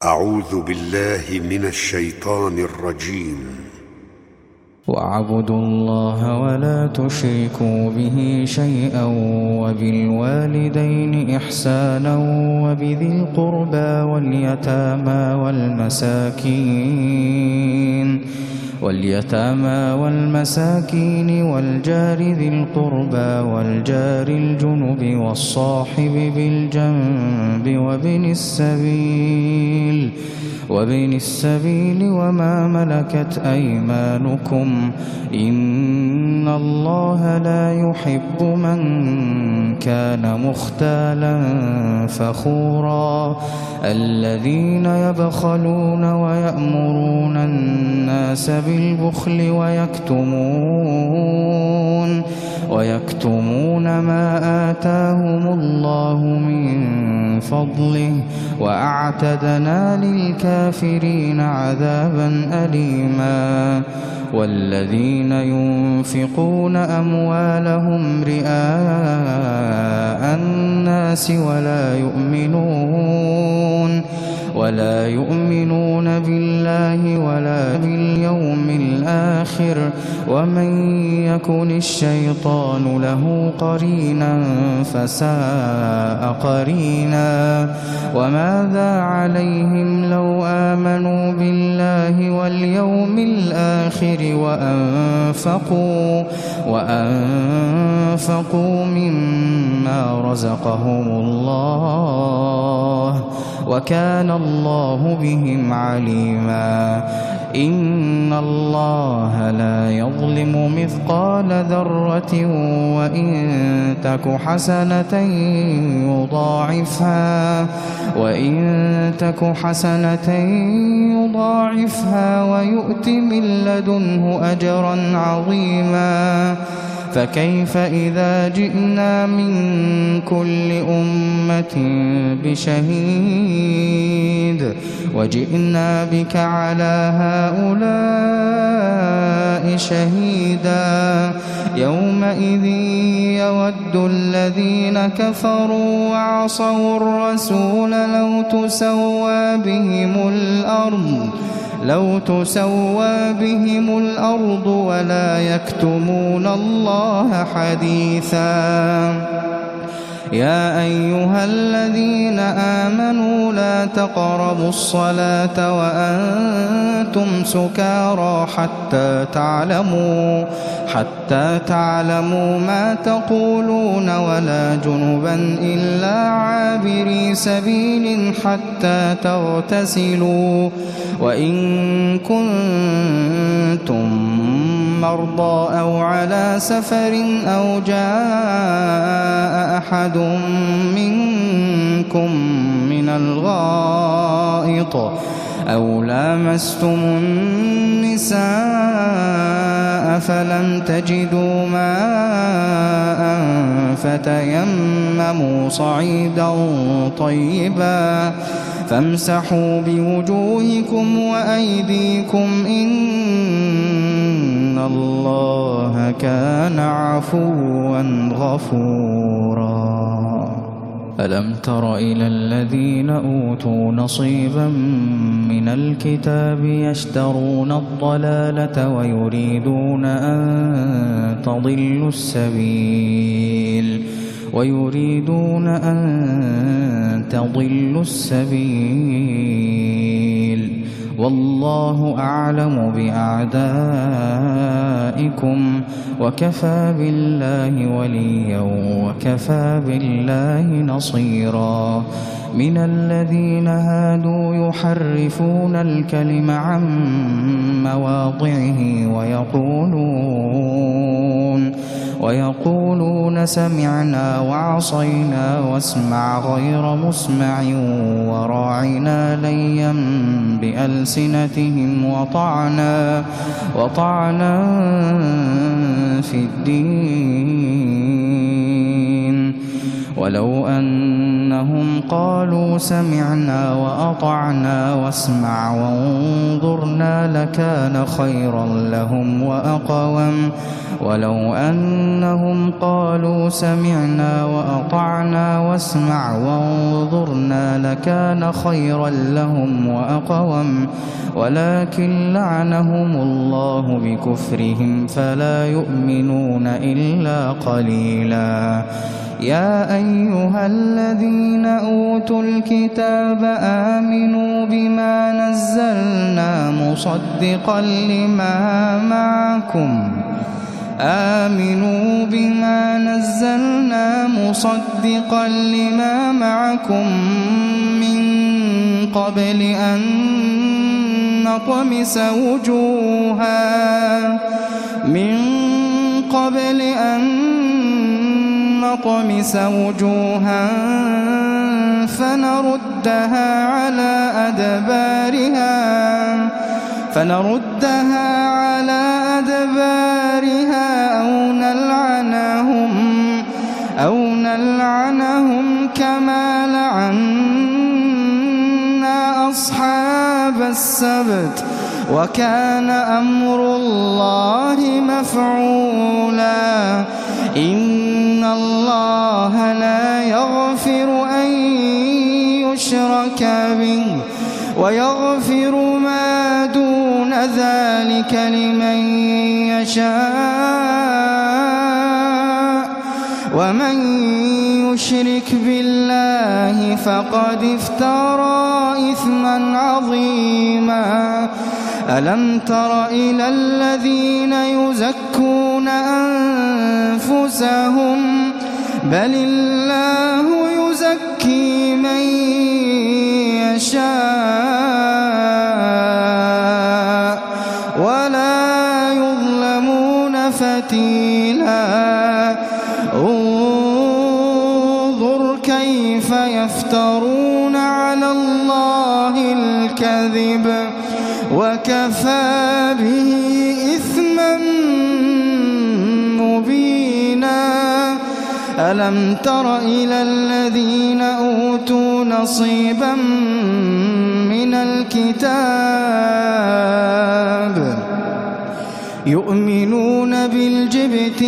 أعوذ بالله من الشيطان الرجيم. واعبدوا الله ولا تشركوا به شيئا وبالوالدين إحسانا وبذي القربى واليتامى والمساكين والجار ذي القربى والجار الجنب والصاحب بالجنب وابن السبيل وما ملكت أيمانكم إن الله لا يحب من كان مختالا فخورا الذين يبخلون ويأمرون الناس بالبخل ويكتمون ما آتاهم الله من فضله وأعتدنا للكافرين عذابا أليما والذين ينفقون أموالهم رئاء الناس ولا يؤمنون بالله ولا باليوم الآخر ومن يكن الشيطان له قرينا فساء قرينا وماذا عليهم لو آمنوا بالله واليوم الآخر وأنفقوا مما رزقهم الله وكان الله بهم عليما إن الله لا يظلم مثقال ذرة وإن تك حسنة يضاعفها ويؤت من لدنه أجرا عظيما فكيف إذا جئنا من كل أمة بشهيد وجئنا بك على هؤلاء شهيدا يومئذ يود الذين كفروا وعصوا الرسول لو تسوى بهم الأرض ولا يكتمون الله حديثا يا أيها الذين آمنوا لا تقربوا الصلاة وأنتم سكارى حتى تعلموا ما تقولون ولا جنبا إلا عابري سبيل حتى تغتسلوا وإن كنتم مرضى أو على سفر أو جاء أحد منكم من الغائط أو لامستم النساء فلم تجدوا ماء فتيمموا صعيدا طيبا فامسحوا بوجوهكم وأيديكم إن الله كان عفوا غفورا ألم تر إلى الذين أوتوا نصيبا من الكتاب يشترون الضلالة ويريدون أن تضلوا السبيل والله أعلم بأعدائكم وكفى بالله وليا وكفى بالله نصيرا من الذين هادوا يحرفون الكلم عن مواضعه ويقولون سمعنا وعصينا واسمع غير مسمع وراعنا ليا بألسنتهم وطعنا في الدين ولو أنهم قالوا سمعنا وأطعنا واسمع وانظرنا لكان خيرا لهم وأقوم. ولو أنهم قالوا سمعنا وأطعنا واسمع وانظرنا لكان خيرا لهم وأقوم، ولكن لعنهم الله بكفرهم فلا يؤمنون إلا قليلا. يا أيها الذين أوتوا الكتاب آمنوا بما نزلنا مصدقا لما معكم من قبل أن نطمس وجوها فنردها على أدبارها أو نلعنهم كما لعنا أصحاب السبت وكان أمر الله مفعولا. إن الله لا يغفر أن يشرك به ويغفر ما دون ذلك لمن يشاء، ومن يشرك بالله فقد افترى إثما عظيما. ألم تر إلى الذين يزكون أنفسهم بل الله يزكي من يشاء ولا يظلمون فتيلا. انظر كيف يفترون على الله الكذب وكفى به إثما مبينا. ألم تر إلى الذين أوتوا نصيبا من الكتاب يؤمنون بالجبت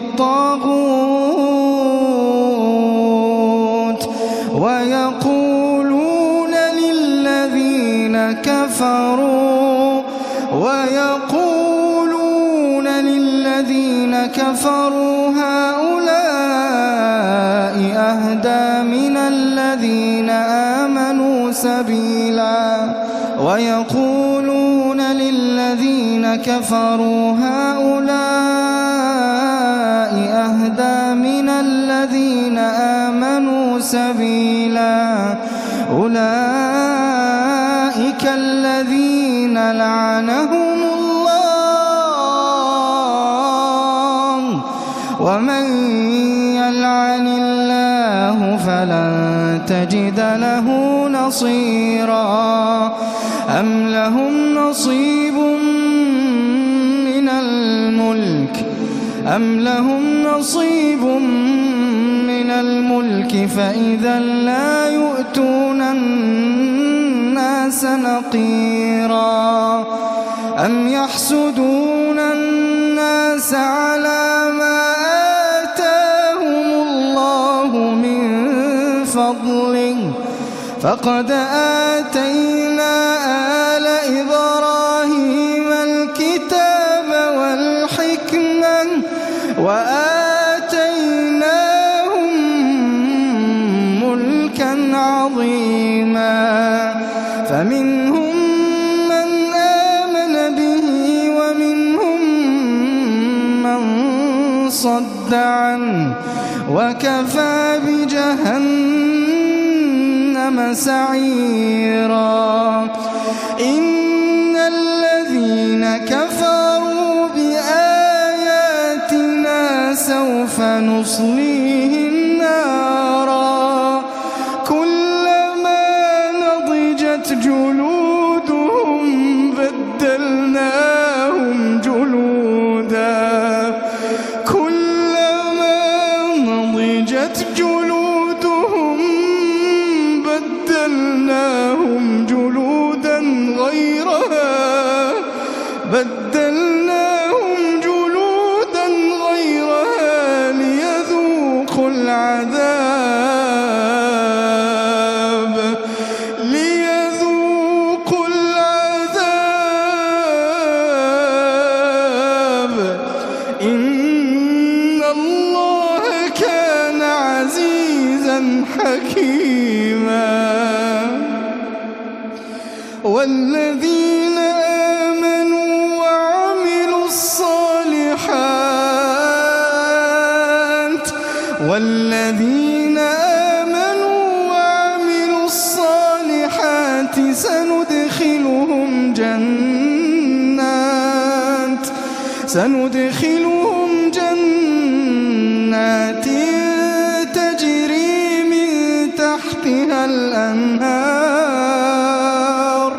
والطاغوت ويقولون للذين كفروا هؤلاء أهدى من الذين آمنوا سبيلا. ويقولون للذين كفروا هؤلاء أهدى من الذين آمنوا سبيلا. أولئك الذين لعنهم الله، ومن يلعن الله فلن تجد له نصيرا. أم لهم نصيب من الملك فإذا لا يؤتون الناس نقيرا. أم يحسدون الناس على ما آتاهم الله من فضله فقد آتينا آل إبراهيم الكتاب والحكمة وآتيناهم ملكا عظيما. فمنهم من آمن به ومنهم من صد عنه وكفى بجهنم سعيرا. إن الذين كفروا بآياتنا سوف نصليهم نارا كلما نضجت جلودهم بدلناهم جلودا كلما نضجت جلودهم والذين آمنوا وعملوا الصالحات سندخلهم جنات تجري من تحتها الأنهار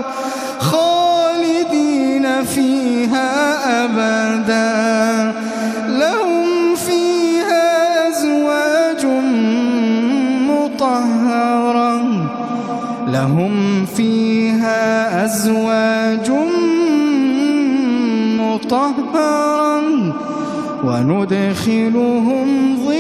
خالدين فيها أبدا لهم فيها أزواج مطهرة وندخلهم